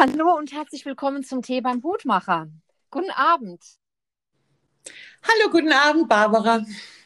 Hallo und herzlich willkommen zum Tee beim Hutmacher. Guten Abend. Hallo, guten Abend, Barbara.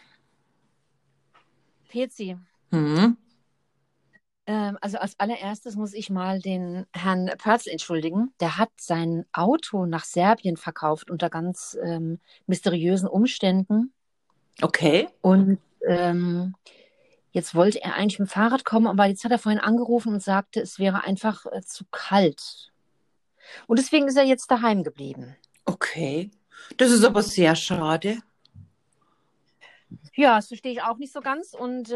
Pezi, Hm. also als allererstes muss ich mal den Herrn Pörtl entschuldigen. Der hat sein Auto nach Serbien verkauft unter ganz mysteriösen Umständen. Okay. Und jetzt wollte er eigentlich mit dem Fahrrad kommen, aber jetzt hat er vorhin angerufen und sagte, es wäre einfach zu kalt. Und deswegen ist er jetzt daheim geblieben. Okay. Das ist aber sehr schade. Ja, das verstehe ich auch nicht so ganz. Und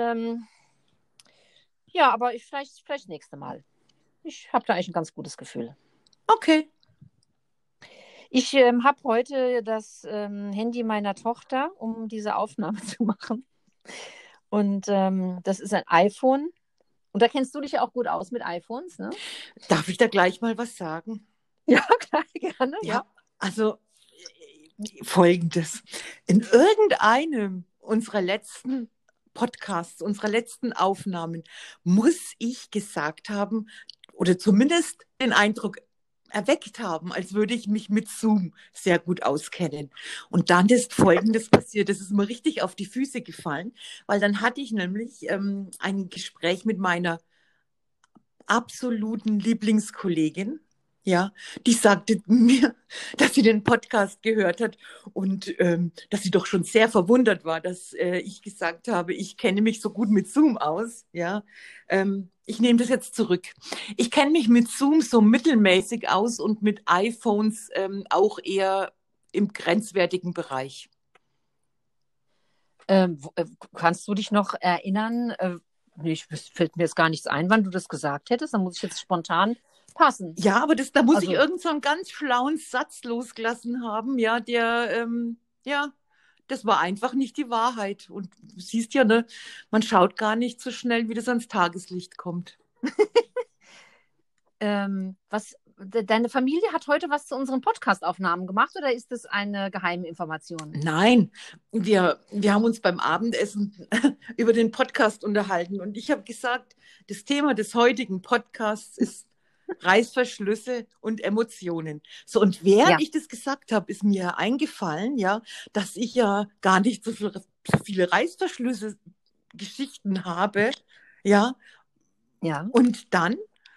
ja, aber vielleicht das nächste Mal. Ich habe da eigentlich ein ganz gutes Gefühl. Okay. Ich habe heute das Handy meiner Tochter, um diese Aufnahme zu machen. Und das ist ein iPhone. Und da kennst du dich ja auch gut aus mit iPhones, ne? Darf ich da gleich mal was sagen? Ja, klar, gerne, ja. Ja, also Folgendes. In irgendeinem unserer letzten Podcasts, unserer letzten Aufnahmen, muss ich gesagt haben, oder zumindest den Eindruck erweckt haben, als würde ich mich mit Zoom sehr gut auskennen. Und dann ist Folgendes passiert, das ist mir richtig auf die Füße gefallen, weil dann hatte ich nämlich ein Gespräch mit meiner absoluten Lieblingskollegin, ja, die sagte mir, dass sie den Podcast gehört hat und dass sie doch schon sehr verwundert war, dass ich gesagt habe, ich kenne mich so gut mit Zoom aus, ja. Ich nehme das jetzt zurück. Ich kenne mich mit Zoom so mittelmäßig aus und mit iPhones auch eher im grenzwertigen Bereich. Kannst du dich noch erinnern? Nee, fällt mir jetzt gar nichts ein, wann du das gesagt hättest. Dann muss ich jetzt spontan passen. Ja, aber da muss ich Also, irgend so einen ganz schlauen Satz losgelassen haben, ja, ja, das war einfach nicht die Wahrheit. Und du siehst ja, ne, man schaut gar nicht so schnell, wie das ans Tageslicht kommt. deine Familie hat heute was zu unseren Podcast-Aufnahmen gemacht oder ist das eine geheime Information? Nein, wir haben uns beim Abendessen über den Podcast unterhalten und ich habe gesagt, das Thema des heutigen Podcasts ist Reißverschlüsse und Emotionen. So, und während Ja. ich das gesagt habe, ist mir eingefallen, ja, dass ich ja gar nicht so viele Reißverschlüsse Geschichten habe, ja. Ja. Und dann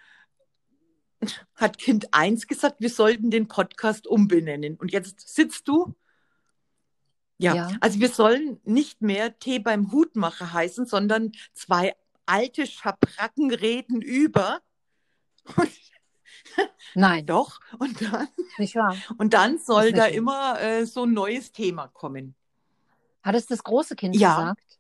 hat Kind eins gesagt, wir sollten den Podcast umbenennen. Und jetzt sitzt du. Ja, Ja. also wir sollen nicht mehr Tee beim Hutmacher heißen, sondern zwei alte Schabracken reden über. Und Nein, doch, nicht wahr. und dann Ist soll da nicht wahr. immer so ein neues Thema kommen. Hat es das große Kind Ja, gesagt?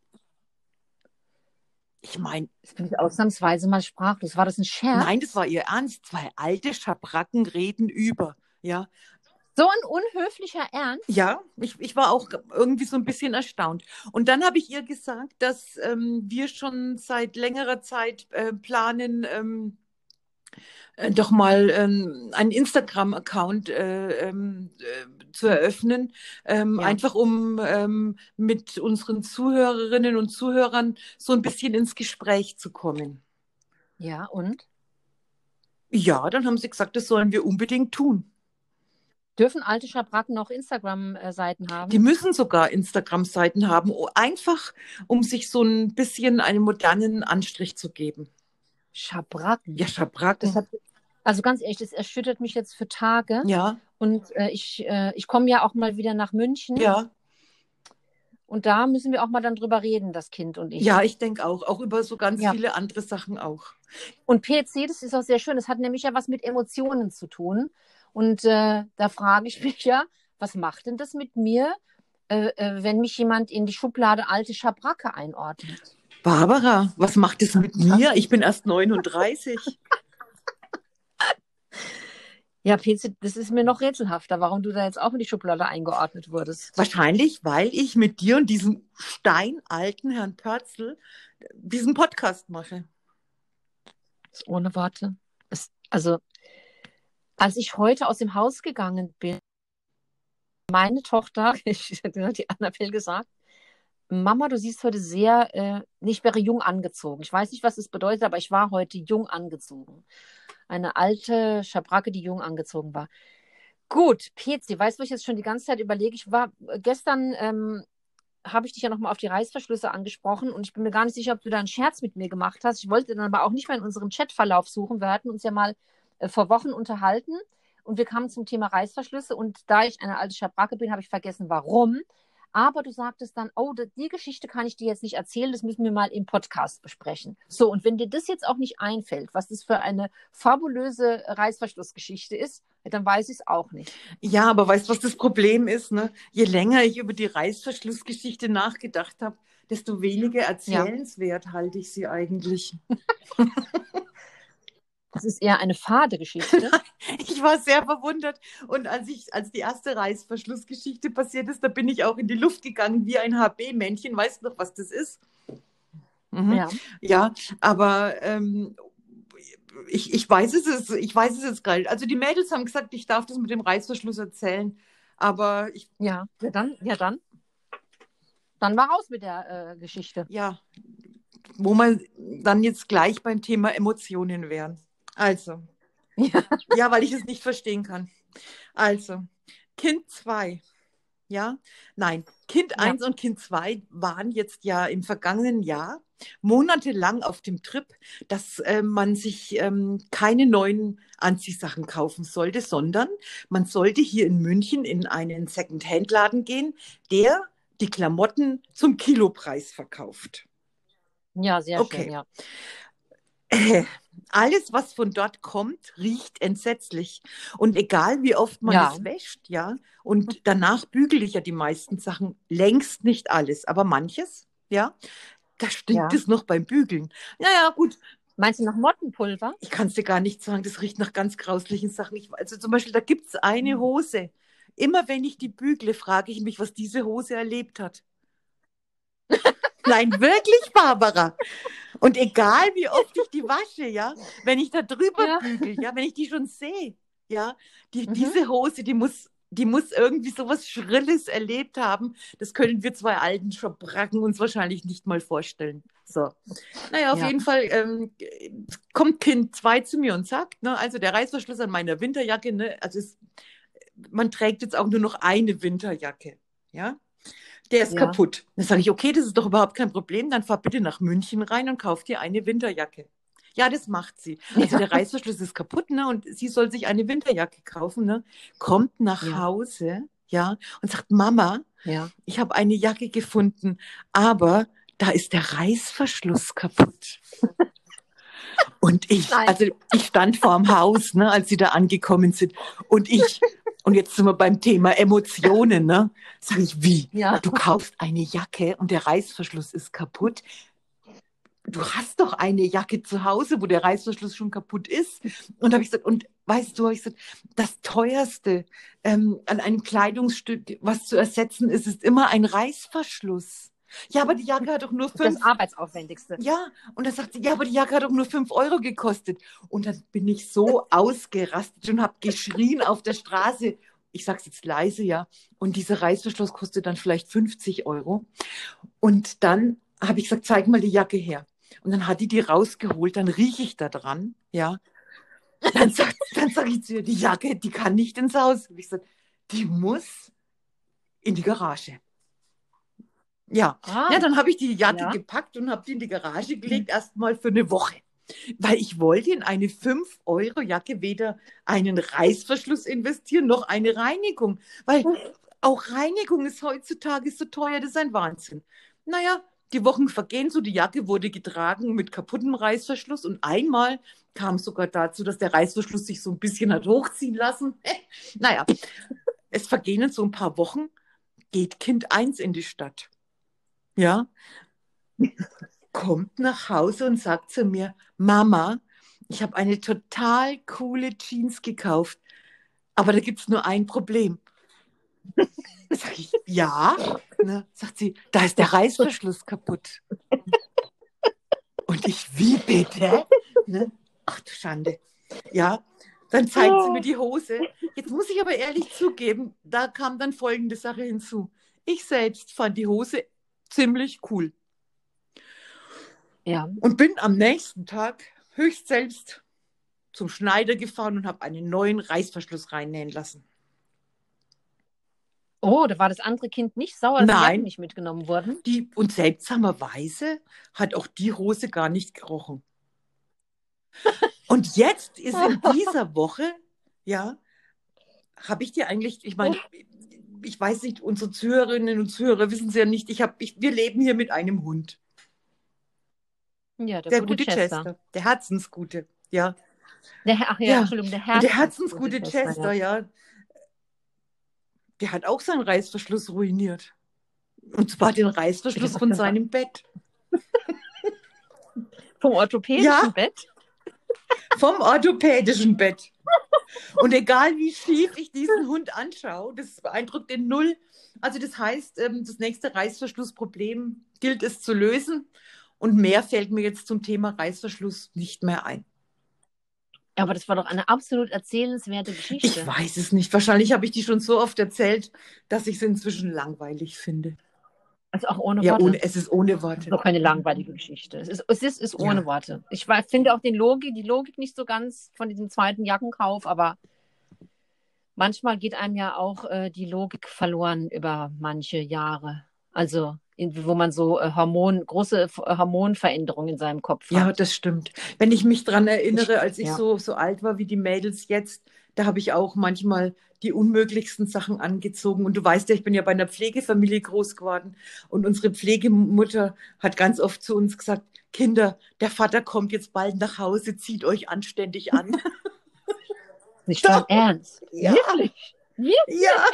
ich meine, Jetzt bin ich ausnahmsweise mal sprachlos. War das ein nein, das Scherz? war ihr Ernst. Zwei alte Schabracken reden über. Ja, So ein unhöflicher Ernst? ja, ich war auch irgendwie so ein bisschen erstaunt. Und dann habe ich ihr gesagt, dass wir schon seit längerer Zeit planen, doch mal einen Instagram-Account zu eröffnen, Ja. einfach um mit unseren Zuhörerinnen und Zuhörern so ein bisschen ins Gespräch zu kommen. Ja, und? Ja, dann haben sie gesagt, das sollen wir unbedingt tun. Dürfen alte Schabracken noch Instagram-Seiten Die haben? müssen sogar Instagram-Seiten haben, einfach um sich so ein bisschen einen modernen Anstrich zu geben. Schabracken. Ja, Das Schabracken. hat, also ganz ehrlich, das erschüttert mich jetzt für Tage. Ja, Und ich komme ja auch mal wieder nach München. ja. Und da müssen wir auch mal dann drüber reden, das Kind und Ja, ich. ich denke auch. Auch über so ganz Ja. viele andere Sachen auch. Und PC, das ist auch sehr schön. Das hat nämlich ja was mit Emotionen zu tun. Und da frage ich mich ja, was macht denn das mit mir, wenn mich jemand in die Schublade alte Schabracke einordnet? Barbara, was macht es mit Ja, mir? Ich bin erst 39. ja, PC, das ist mir noch rätselhafter, warum du da jetzt auch in die Schublade eingeordnet wurdest. Wahrscheinlich, weil ich mit dir und diesem steinalten Herrn Pörzel diesen Podcast mache. Das ist ohne Worte. Also, als ich heute aus dem Haus gegangen bin, meine Tochter, das hat die Annabelle gesagt, Mama, du siehst heute ich wäre jung angezogen. Ich weiß nicht, was das bedeutet, aber ich war heute jung angezogen. Eine alte Schabracke, die jung angezogen war. Gut, Pezi, weißt du, was ich jetzt schon die ganze Zeit überlege? Ich war gestern, habe ich dich ja nochmal auf die Reißverschlüsse angesprochen und ich bin mir gar nicht sicher, ob du da einen Scherz mit mir gemacht hast. Ich wollte dann aber auch nicht mal in unserem Chatverlauf suchen. Wir hatten uns ja mal vor Wochen unterhalten und wir kamen zum Thema Reißverschlüsse und da ich eine alte Schabracke bin, habe ich vergessen, warum. Aber du sagtest dann, oh, die Geschichte kann ich dir jetzt nicht erzählen, das müssen wir mal im Podcast besprechen. So, und wenn dir das jetzt auch nicht einfällt, was das für eine fabulöse Reißverschlussgeschichte ist, dann weiß ich es auch nicht. Ja, aber weißt du, was das Problem ist, ne? Je länger ich über die Reißverschlussgeschichte nachgedacht habe, desto weniger Ja, erzählenswert halte ich sie eigentlich. das ist eher eine fade Geschichte. Ich war sehr verwundert. Und als die erste Reißverschlussgeschichte passiert ist, da bin ich auch in die Luft gegangen wie ein HB-Männchen. Weißt du noch, was das ist? Ja, Ja, aber ich weiß ich weiß es jetzt gar nicht. Also die Mädels haben gesagt, ich darf das mit dem Reißverschluss erzählen. Aber ja, dann war raus mit der Geschichte. ja, wo wir dann jetzt gleich beim Thema Emotionen wären. Also, Ja, ja, weil ich es nicht verstehen kann. Also, Kind 2, ja, nein, Kind ja, 1 und Kind 2 waren jetzt ja im vergangenen Jahr monatelang auf dem Trip, dass man sich keine neuen Anziehsachen kaufen sollte, sondern man sollte hier in München in einen Second-Hand-Laden gehen, der die Klamotten zum Kilopreis verkauft. ja, sehr schön, Okay. ja. Alles, was von dort kommt, riecht entsetzlich. Und egal, wie oft man Ja, es wäscht, ja, und danach bügele ich ja die meisten Sachen, längst nicht alles, aber manches, ja, da stinkt ja. es noch beim Bügeln. Naja, gut, Meinst du noch Mottenpulver? ich kann es dir gar nicht sagen, das riecht nach ganz grauslichen Sachen. Also zum Beispiel, da gibt es eine Hm. Hose. Immer wenn ich die bügle, frage ich mich, was diese Hose erlebt hat. Nein, wirklich, Barbara. Und egal, wie oft ich die wasche, ja, wenn ich da drüber Ja. bügel, ja, wenn ich die schon sehe, ja, Mhm. diese Hose, die muss irgendwie sowas Schrilles erlebt haben. Das können wir zwei alten Schabracken uns wahrscheinlich nicht mal vorstellen. So. Naja, auf Ja. jeden Fall kommt Kind 2 zu mir und sagt, ne, also der Reißverschluss an meiner Winterjacke, ne, man trägt jetzt auch nur noch eine Winterjacke, ja. Der ist Ja. kaputt. Dann sage ich, okay, das ist doch überhaupt kein Problem. Dann fahr bitte nach München rein und kauf dir eine Winterjacke. Ja, das macht sie. Also Ja. der Reißverschluss ist kaputt, ne? Und sie soll sich eine Winterjacke kaufen, ne? Kommt nach Ja. Hause, ja, und sagt, Mama, Ja. ich habe eine Jacke gefunden, aber da ist der Reißverschluss kaputt. Und Nein. ich stand vorm Haus, ne, als sie da angekommen sind. Und jetzt sind wir beim Thema Emotionen, ne? Sag ich, wie? Ja. Du kaufst eine Jacke und der Reißverschluss ist kaputt. Du hast doch eine Jacke zu Hause, wo der Reißverschluss schon kaputt ist. Und da habe ich gesagt, und weißt du, hab ich gesagt, das teuerste an einem Kleidungsstück, was zu ersetzen ist, ist immer ein Reißverschluss. Ja, aber die Jacke hat doch nur Das 5. Arbeitsaufwendigste. Ja, und dann sagt sie, ja, aber die Jacke hat doch nur 5 € gekostet. Und dann bin ich so ausgerastet und habe geschrien auf der Straße. Ich sage es jetzt leise, ja. Und dieser Reißverschluss kostet dann vielleicht 50 €. Und dann habe ich gesagt, zeig mal die Jacke her. Und dann hat die rausgeholt, dann rieche ich da dran, ja. Dann sag ich zu ihr, die Jacke, die kann nicht ins Haus. Und ich sage, die muss in die Garage. Ja, Ah, ja, dann habe ich die Jacke ja. gepackt und habe die in die Garage gelegt, erstmal für eine Woche. Weil ich wollte in eine 5-€ Jacke weder einen Reißverschluss investieren, noch eine Reinigung. Weil auch Reinigung ist heutzutage so teuer, das ist ein Wahnsinn. Naja, die Wochen vergehen so, die Jacke wurde getragen mit kaputtem Reißverschluss und einmal kam sogar dazu, dass der Reißverschluss sich so ein bisschen hat hochziehen lassen. Naja, es vergehen so ein paar Wochen, geht Kind 1 in die Stadt. Ja, kommt nach Hause und sagt zu mir, Mama, ich habe eine total coole Jeans gekauft, aber da gibt es nur ein Problem. Sag ich, ja, ne? Sagt sie, da ist der Reißverschluss kaputt. Und ich, wie bitte? Ne? Ach du Schande. Ja, dann zeigt sie mir die Hose. Jetzt muss ich aber ehrlich zugeben, da kam dann folgende Sache hinzu. Ich selbst fand die Hose ziemlich cool. Ja. Und bin am nächsten Tag höchst selbst zum Schneider gefahren und habe einen neuen Reißverschluss reinnähen lassen. Oh, da war das andere Kind nicht sauer, dass die Jacken Nein, nicht mitgenommen wurden. und seltsamerweise hat auch die Hose gar nicht gerochen. Und jetzt ist in dieser Woche, ja, habe ich dir eigentlich, ich meine, ich weiß nicht, unsere Zuhörerinnen und Zuhörer wissen es ja nicht, wir leben hier mit einem Hund. Ja, der Der gute gute Chester. Chester, der Herzensgute, ja. Ach ja, Ja, Entschuldigung, der und der herzensgute herzensgute Chester, Chester, ja. ja, der hat auch seinen Reißverschluss ruiniert. Und zwar den Reißverschluss von seinem Bett. Vom orthopädischen Ja, Bett? vom orthopädischen Bett. Und egal wie schief ich diesen Hund anschaue, das beeindruckt ihn null. Also das heißt, das nächste Reißverschlussproblem gilt es zu lösen. Und mehr fällt mir jetzt zum Thema Reißverschluss nicht mehr ein. Aber das war doch eine absolut erzählenswerte Geschichte. Ich weiß es nicht. Wahrscheinlich habe ich die schon so oft erzählt, dass ich es inzwischen langweilig finde. Also auch ohne Ja, Worte. es ist ohne Das Worte. ist doch keine langweilige Geschichte. Es ist ohne Ja. Worte. Ich finde auch die Logik nicht so ganz von diesem zweiten Jackenkauf, aber manchmal geht einem ja auch die Logik verloren über manche Jahre. Also, wo man so große Hormonveränderungen in seinem Kopf Ja, hat. das stimmt. Wenn ich mich daran erinnere, als ich Ja. so alt war wie die Mädels jetzt, da habe ich auch manchmal die unmöglichsten Sachen angezogen. Und du weißt ja, ich bin ja bei einer Pflegefamilie groß geworden. Und unsere Pflegemutter hat ganz oft zu uns gesagt, Kinder, der Vater kommt jetzt bald nach Hause, zieht euch anständig an. Nicht dein Ernst. Ja. Wirklich? Ja.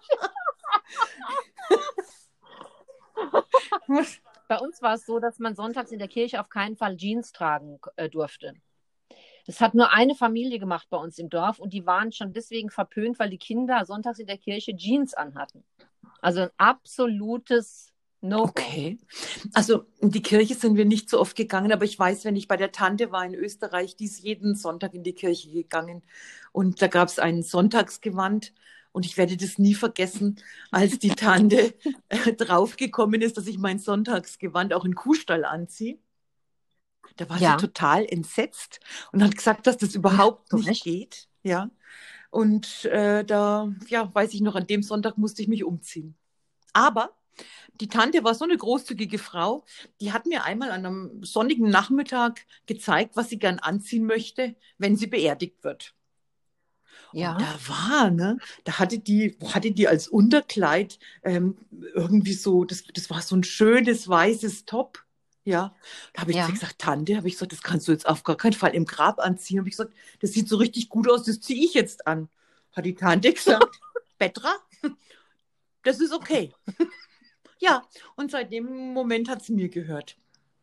Bei uns war es so, dass man sonntags in der Kirche auf keinen Fall Jeans tragen durfte. Das hat nur eine Familie gemacht bei uns im Dorf und die waren schon deswegen verpönt, weil die Kinder sonntags in der Kirche Jeans anhatten. Also ein absolutes No-Go. Okay. Also in die Kirche sind wir nicht so oft gegangen, aber ich weiß, wenn ich bei der Tante war in Österreich, die ist jeden Sonntag in die Kirche gegangen. Und da gab es ein Sonntagsgewand. Und ich werde das nie vergessen, als die Tante draufgekommen ist, dass ich mein Sonntagsgewand auch in Kuhstall anziehe. Da war Ja. sie total entsetzt und hat gesagt, dass das überhaupt Ja, nicht recht. geht. Ja. Und weiß ich noch, an dem Sonntag musste ich mich umziehen. Aber die Tante war so eine großzügige Frau, die hat mir einmal an einem sonnigen Nachmittag gezeigt, was sie gern anziehen möchte, wenn sie beerdigt wird. Ja. Und da hatte die als Unterkleid irgendwie so, das war so ein schönes weißes Top. Ja, da habe ich Ja. gesagt, Tante, habe ich gesagt, das kannst du jetzt auf gar keinen Fall im Grab anziehen. Habe ich gesagt, das sieht so richtig gut aus, das ziehe ich jetzt an. Hat die Tante gesagt, Petra, das ist okay. Ja, und seit dem Moment hat es mir gehört.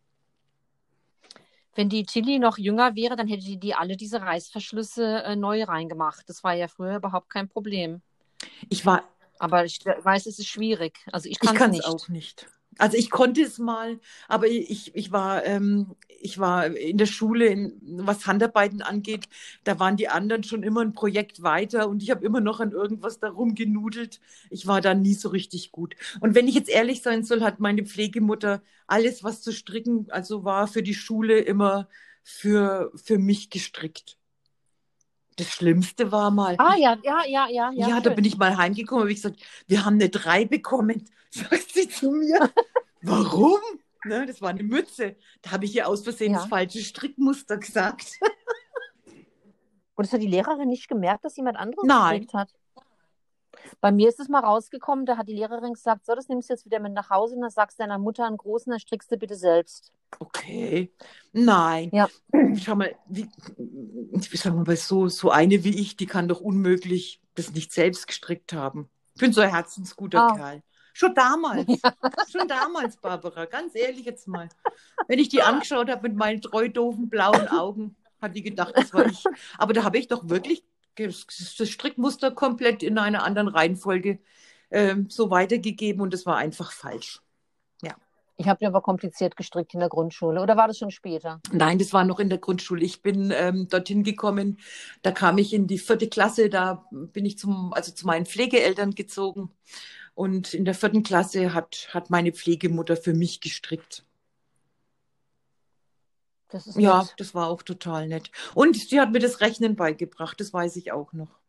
Wenn die Chili noch jünger wäre, dann hätte die alle diese Reißverschlüsse neu reingemacht. Das war ja früher überhaupt kein Problem. Aber ich weiß, es ist schwierig. Also ich kann es auch nicht. Also ich konnte es mal, aber ich war in der Schule, was Handarbeiten angeht, da waren die anderen schon immer ein Projekt weiter und ich habe immer noch an irgendwas darum genudelt. Ich war da nie so richtig gut. Und wenn ich jetzt ehrlich sein soll, hat meine Pflegemutter alles, was zu stricken, also war für die Schule immer für mich gestrickt. Das Schlimmste war mal. Ja. Ja, da bin ich mal heimgekommen, habe ich gesagt, wir haben eine 3 bekommen. Sagt sie zu mir, warum? Ne, das war eine Mütze. Da habe ich ihr aus Versehen das falsche Strickmuster gesagt. Und das hat die Lehrerin nicht gemerkt, dass jemand anderes Nein. gestrickt hat? Bei mir ist es mal rausgekommen, da hat die Lehrerin gesagt, so, das nimmst du jetzt wieder mit nach Hause und dann sagst deiner Mutter einen großen, dann strickst du bitte selbst. Okay. Nein. Ja. Schau mal, so eine wie ich, die kann doch unmöglich das nicht selbst gestrickt haben. Ich bin so ein herzensguter Kerl. Schon damals, Barbara, ganz ehrlich jetzt mal. Wenn ich die angeschaut habe mit meinen treu doofen blauen Augen, hat die gedacht, das war ich. Aber da habe ich doch wirklich das Strickmuster komplett in einer anderen Reihenfolge so weitergegeben und das war einfach falsch. Ja. Ich habe ja aber kompliziert gestrickt in der Grundschule. Oder war das schon später? Nein, das war noch in der Grundschule. Ich bin dorthin gekommen, da kam ich in die 4. Klasse, da bin ich zu meinen Pflegeeltern gezogen. Und in der 4. Klasse hat meine Pflegemutter für mich gestrickt. Das ist Ja, nett. das war auch total nett. Und sie hat mir das Rechnen beigebracht, das weiß ich auch noch.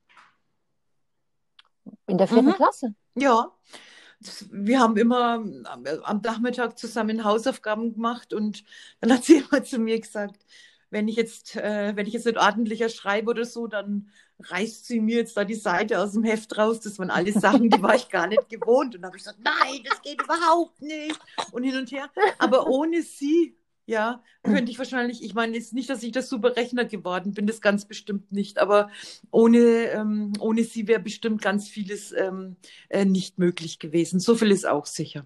In der vierten Mhm. Klasse. Ja, wir haben immer am Nachmittag zusammen Hausaufgaben gemacht und dann hat sie immer zu mir gesagt, wenn ich jetzt nicht ordentlicher schreibe oder so, dann reißt sie mir jetzt da die Seite aus dem Heft raus. Das waren alles Sachen, die war ich gar nicht gewohnt. Und dann habe ich gesagt, nein, das geht überhaupt nicht. Und hin und her. Aber ohne sie, ja, könnte ich wahrscheinlich, ich meine jetzt nicht, dass ich das super Rechner geworden bin, das ganz bestimmt nicht, aber ohne sie wäre bestimmt ganz vieles nicht möglich gewesen. So viel ist auch sicher.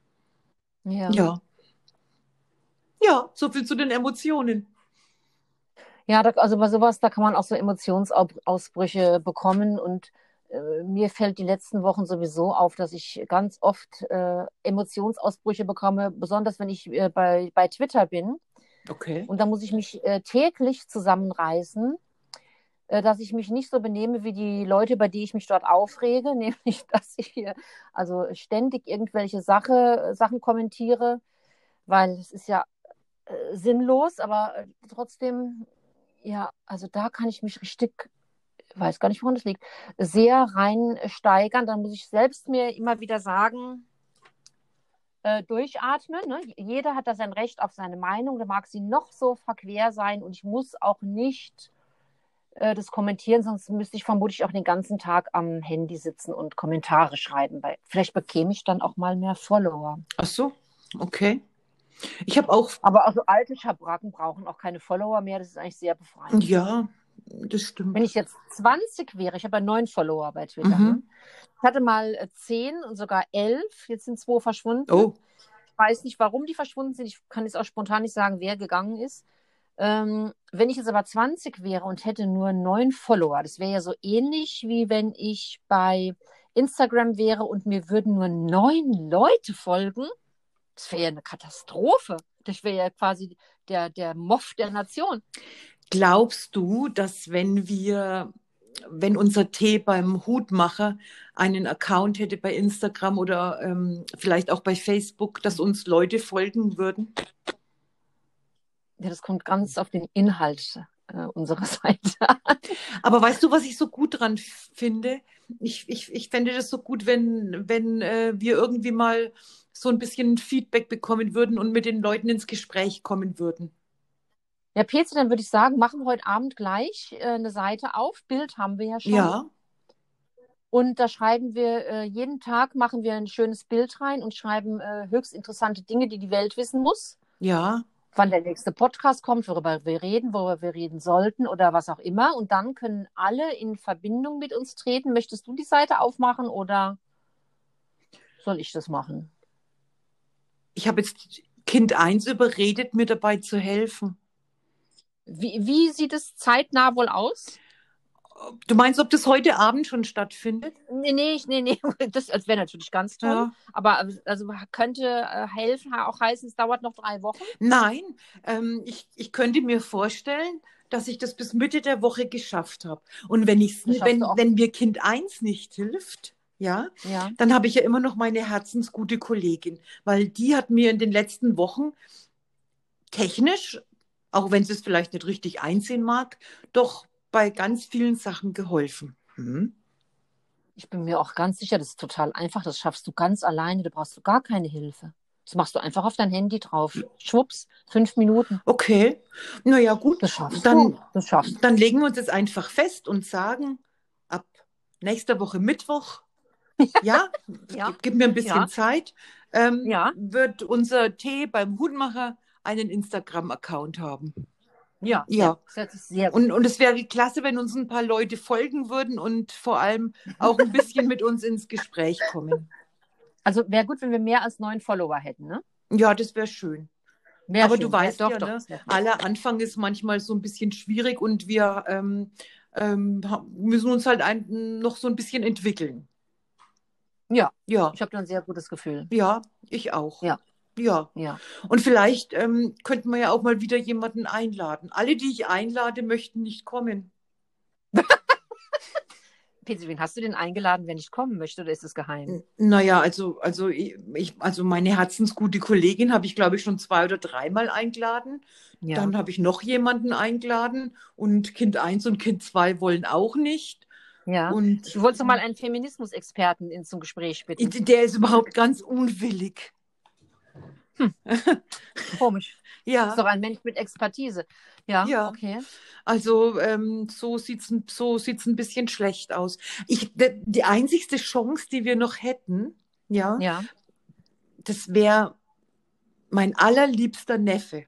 Ja. Ja, ja, so viel zu den Emotionen. Ja, also bei sowas, da kann man auch so Emotionsausbrüche bekommen. Und mir fällt die letzten Wochen sowieso auf, dass ich ganz oft Emotionsausbrüche bekomme, besonders wenn ich bei Twitter bin. Okay. Und da muss ich mich täglich zusammenreißen, dass ich mich nicht so benehme wie die Leute, über die ich mich dort aufrege, nämlich dass ich hier also ständig irgendwelche Sachen kommentiere, weil es ist ja sinnlos, aber trotzdem, ja, also da kann ich mich richtig, weiß gar nicht, woran das liegt, sehr reinsteigern. Dann muss ich selbst mir immer wieder sagen, durchatmen. Ne? Jeder hat da sein Recht auf seine Meinung, da mag sie noch so verquer sein und ich muss auch nicht das kommentieren, sonst müsste ich vermutlich auch den ganzen Tag am Handy sitzen und Kommentare schreiben, weil vielleicht bekäme ich dann auch mal mehr Follower. Ach so, okay. Ich habe auch, Aber also alte Schabracken brauchen auch keine Follower mehr, das ist eigentlich sehr befreiend. ja, das Wenn stimmt. ich jetzt 20 wäre, ich habe ja 9 Follower bei Twitter, ne? Mhm. Ich hatte mal 10 und sogar 11, jetzt sind 2 verschwunden. Oh, Ich weiß nicht, warum die verschwunden sind. Ich kann jetzt auch spontan nicht sagen, wer gegangen ist. Wenn ich jetzt aber 20 wäre und hätte nur 9 Follower, das wäre ja so ähnlich, wie wenn ich bei Instagram wäre und mir würden nur 9 Leute folgen. Das wäre ja eine Katastrophe. Das wäre ja quasi der Moff der Nation. glaubst du, dass wenn unser Tee beim Hutmacher einen Account hätte bei Instagram oder vielleicht auch bei Facebook, dass uns Leute folgen würden? Ja, das kommt ganz auf den Inhalt unserer Seite an. Aber weißt du, was ich so gut dran finde? Ich fände das so gut, wenn wir irgendwie mal so ein bisschen Feedback bekommen würden und mit den Leuten ins Gespräch kommen würden. Ja, Petzi, dann würde ich sagen, machen wir heute Abend gleich eine Seite auf. Bild haben wir ja schon. Ja, Und da schreiben wir, jeden Tag machen wir ein schönes Bild rein und schreiben höchst interessante Dinge, die die Welt wissen muss. ja. Wann der nächste Podcast kommt, worüber wir reden sollten oder was auch immer. Und dann können alle in Verbindung mit uns treten. Möchtest du die Seite aufmachen oder soll ich das machen? Ich habe jetzt Kind eins überredet, mir dabei zu helfen. Wie sieht es zeitnah wohl aus? Du meinst, ob das heute Abend schon stattfindet? Nee. Das wäre natürlich ganz toll. Ja. Aber also könnte helfen auch heißen, es dauert noch 3 Wochen. Nein, ich könnte mir vorstellen, dass ich das bis Mitte der Woche geschafft habe. Und Das schaffst du auch. wenn mir Kind eins nicht hilft, ja, Ja. dann habe ich ja immer noch meine herzensgute Kollegin, weil die hat mir in den letzten Wochen technisch, auch wenn sie es vielleicht nicht richtig einsehen mag, doch bei ganz vielen Sachen geholfen. Hm? Ich bin mir auch ganz sicher, das ist total einfach. Das schaffst du ganz alleine. Da brauchst du gar keine Hilfe. Das machst du einfach auf dein Handy drauf. Schwupps, 5 Minuten. Okay, naja, gut, Das schaffst du. Das schaffst du. dann legen wir uns jetzt einfach fest und sagen, ab nächster Woche Mittwoch, ja, Ja, gib mir ein bisschen ja, Zeit, ja, wird unser Tee beim Hutmacher einen Instagram-Account haben. ja, ja. Ja, Das hört sich sehr gut und an. es wäre klasse, wenn uns ein paar Leute folgen würden und vor allem auch ein bisschen mit uns ins Gespräch kommen. Also wäre gut, wenn wir mehr als 9 Follower hätten, ne? Ja, das wäre schön. Wäre Aber du schön. weißt Doch, ja, doch, ne, das wäre schön. aller Anfang ist manchmal so ein bisschen schwierig und wir müssen uns halt noch so ein bisschen entwickeln. Ja, Ja, ich habe da ein sehr gutes Gefühl. ja, ich auch. Ja, Ja. ja. Und vielleicht könnten wir ja auch mal wieder jemanden einladen. Alle, die ich einlade, möchten nicht kommen. Petzi, wen hast du denn eingeladen, wenn ich kommen möchte, oder ist es geheim? Naja, also meine herzensgute Kollegin habe ich, glaube ich, schon 2 oder 3 Mal eingeladen. Ja. Dann habe ich noch jemanden eingeladen und Kind 1 und Kind 2 wollen auch nicht. Ja. Und Du wolltest doch mal einen Feminismusexperten zum Gespräch bitten. der ist überhaupt ganz unwillig. Komisch. Ist Ja, doch ein Mensch mit Expertise. Ja, ja. okay. Also so sieht's ein bisschen schlecht aus. Die einzigste Chance, die wir noch hätten, ja, Ja. das wäre mein allerliebster Neffe.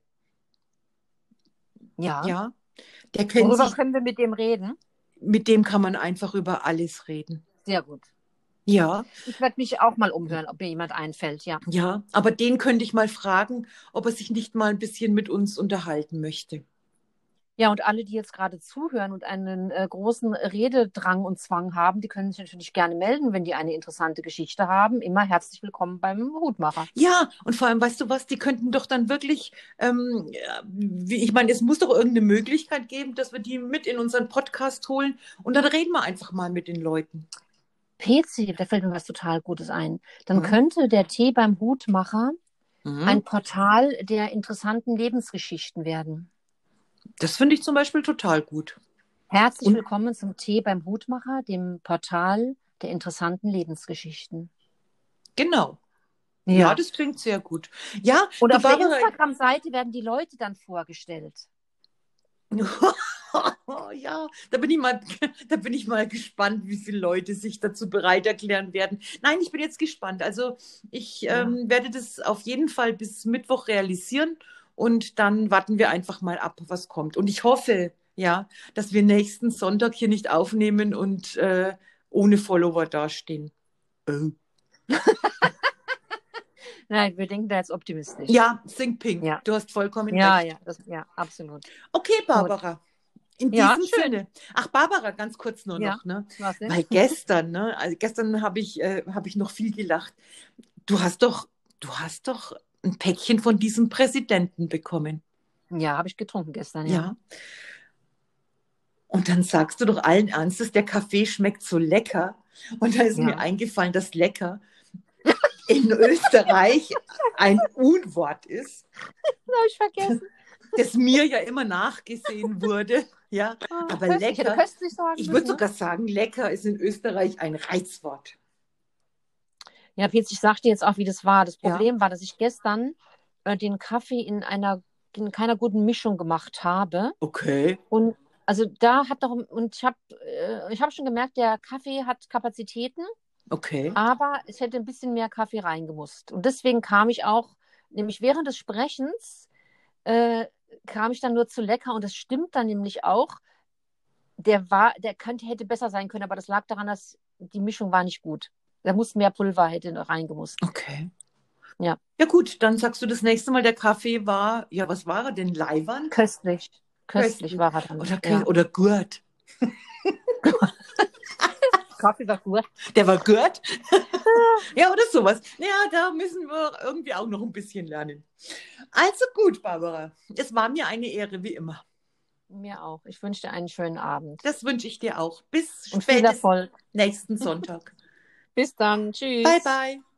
Ja. Ja, der kennt Worüber sich, können wir mit dem reden? mit dem kann man einfach über alles reden. Sehr gut. Ja, Ich werde mich auch mal umhören, ob mir jemand einfällt, ja. ja, aber den könnte ich mal fragen, ob er sich nicht mal ein bisschen mit uns unterhalten möchte. Ja, und alle, die jetzt gerade zuhören und einen großen Rededrang und Zwang haben, die können sich natürlich gerne melden, wenn die eine interessante Geschichte haben. Immer herzlich willkommen beim Hutmacher. Ja, und vor allem, weißt du was, die könnten doch dann wirklich, ich meine, es muss doch irgendeine Möglichkeit geben, dass wir die mit in unseren Podcast holen und dann reden wir einfach mal mit den Leuten. PC, da fällt mir was total Gutes ein. Dann Mhm. könnte der Tee beim Hutmacher ein Mhm. Portal der interessanten Lebensgeschichten werden. Das finde ich zum Beispiel total gut. Herzlich Und willkommen zum Tee beim Hutmacher, dem Portal der interessanten Lebensgeschichten. genau. Ja, Ja. das klingt sehr gut. Ja, Und du auf der Barbara. Instagram-Seite werden die Leute dann vorgestellt. Ja, da bin ich mal gespannt, wie viele Leute sich dazu bereit erklären werden. Nein, ich bin jetzt gespannt. Also ich Ja. werde das auf jeden Fall bis Mittwoch realisieren und dann warten wir einfach mal ab, was kommt. Und ich hoffe, ja, dass wir nächsten Sonntag hier nicht aufnehmen und ohne Follower dastehen. Oh. Nein, wir denken da jetzt optimistisch. Ja, Think Pink. Ja, Du hast vollkommen ja, recht. ja, ja, absolut. Okay, Gut. Barbara. In Ja, diesem schön. Sinne. Ach, Barbara, ganz kurz nur Ja, noch, ne? was denn? Weil gestern, ne? Also gestern habe ich noch viel gelacht. Du hast doch ein Päckchen von diesem Präsidenten bekommen. Ja, habe ich getrunken gestern, ja. Ja. Und dann sagst du doch allen Ernstes, der Kaffee schmeckt so lecker. Und da ist mir Ja. eingefallen, dass lecker in Österreich ein Unwort ist, Das habe ich vergessen. das mir ja immer nachgesehen wurde. Ja, aber Köstlich. Ich hätte lecker. köstlich sagen Ich müssen, würde ne? sogar sagen, lecker ist in Österreich ein Reizwort. Ja, Pietz, ich sag dir jetzt auch, wie das war. Das Ja, Problem war, dass ich gestern den Kaffee in keiner guten Mischung gemacht habe. okay, Und also da hat doch, und ich habe schon gemerkt, der Kaffee hat Kapazitäten, okay, aber es hätte ein bisschen mehr Kaffee reingemusst. Und deswegen kam ich auch, nämlich während des Sprechens, äh, kam ich dann nur zu lecker. Und das stimmt dann nämlich auch. Hätte besser sein können, aber das lag daran, dass die Mischung war nicht gut. Da muss mehr Pulver hätte noch reingemusst. okay. Ja, Ja gut, dann sagst du das nächste Mal, der Kaffee war, ja, was war er denn? Leiwand? köstlich. Köstlich Köstlich. war er dann. Oder, Ja. oder Gurt. Kaffee war gut. Der war Gurt? Ja, oder sowas. Ja, da müssen wir irgendwie auch noch ein bisschen lernen. Also gut, Barbara. Es war mir eine Ehre, wie immer. Mir auch. Ich wünsche dir einen schönen Abend. Das wünsche ich dir auch. Bis Und viel spätestens Erfolg. nächsten Sonntag. Bis dann. Bye, Tschüss. bye.